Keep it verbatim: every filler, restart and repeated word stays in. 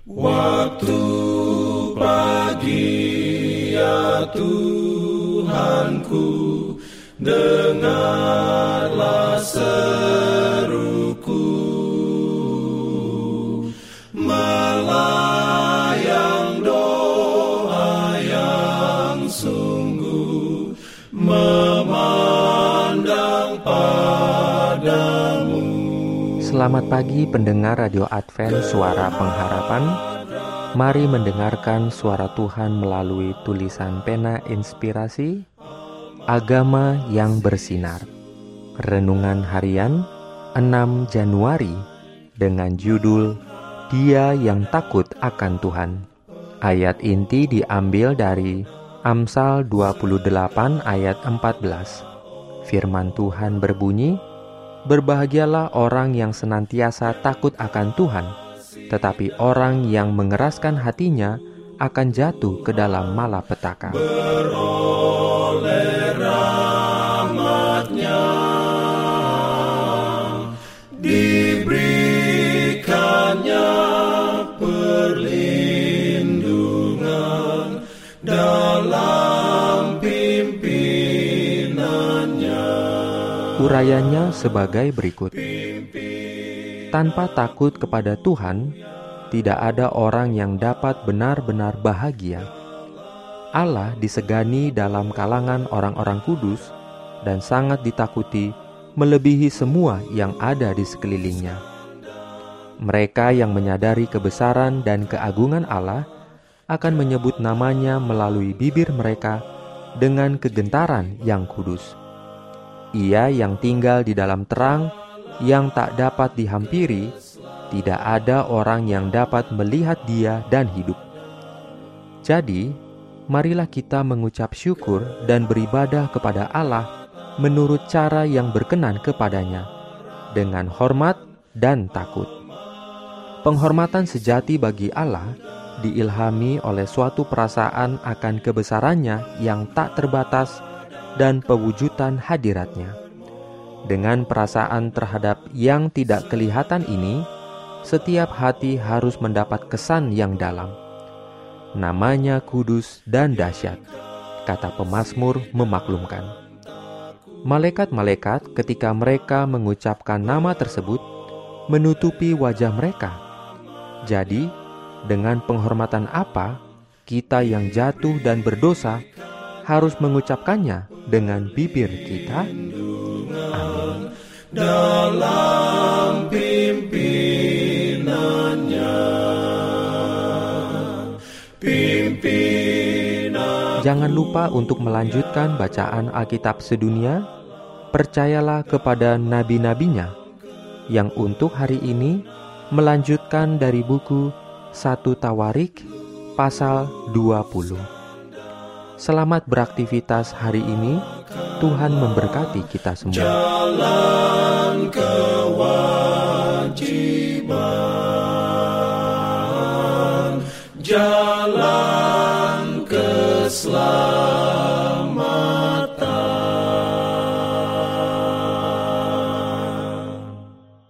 Waktu pagi ya Tuhanku, dengarlah seruku, melayang doa yang sungguh, memandang padamu. Selamat pagi pendengar Radio Advent Suara Pengharapan. Mari mendengarkan suara Tuhan melalui tulisan pena inspirasi Agama yang Bersinar. Renungan harian enam Januari dengan judul Dia yang Takut akan Tuhan. Ayat inti diambil dari Amsal dua puluh delapan ayat empat belas. Firman Tuhan berbunyi, "Berbahagialah orang yang senantiasa takut akan Tuhan, tetapi orang yang mengeraskan hatinya akan jatuh ke dalam malapetaka." Beroleh rahmat-Nya, diberikannya perlindungan dalam pimpinannya. Urayanya sebagai berikut. Tanpa takut kepada Tuhan, tidak ada orang yang dapat benar-benar bahagia. Allah disegani dalam kalangan orang-orang kudus dan sangat ditakuti melebihi semua yang ada di sekelilingnya. Mereka yang menyadari kebesaran dan keagungan Allah akan menyebut namanya melalui bibir mereka dengan kegentaran yang kudus. Ia yang tinggal di dalam terang yang tak dapat dihampiri, tidak ada orang yang dapat melihat Dia dan hidup. Jadi, marilah kita mengucap syukur dan beribadah kepada Allah menurut cara yang berkenan kepadanya, dengan hormat dan takut. Penghormatan sejati bagi Allah diilhami oleh suatu perasaan akan kebesarannya yang tak terbatas dan pewujudan hadirat-Nya. Dengan perasaan terhadap yang tidak kelihatan ini, setiap hati harus mendapat kesan yang dalam. Namanya kudus dan dahsyat, kata pemazmur memaklumkan. Malaikat-malaikat ketika mereka mengucapkan nama tersebut, menutupi wajah mereka. Jadi, dengan penghormatan apa kita yang jatuh dan berdosa harus mengucapkannya dengan bibir kita? Amin. Dalam pimpinannya, pimpinan. Jangan lupa untuk melanjutkan bacaan Alkitab sedunia. Percayalah kepada nabi-nabinya yang untuk hari ini melanjutkan dari buku satu Tawarik pasal dua puluh. Selamat beraktivitas hari ini. Tuhan memberkati kita semua. Jalan kewajiban.